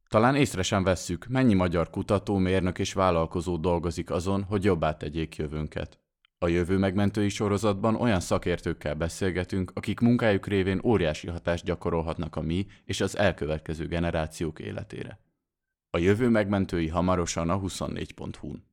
Talán észre sem vesszük, mennyi magyar kutató, mérnök és vállalkozó dolgozik azon, hogy jobbá tegyék jövőnket. A Jövő Megmentői sorozatban olyan szakértőkkel beszélgetünk, akik munkájuk révén óriási hatást gyakorolhatnak a mi és az elkövetkező generációk életére. A Jövő Megmentői hamarosan a 24.hu-n.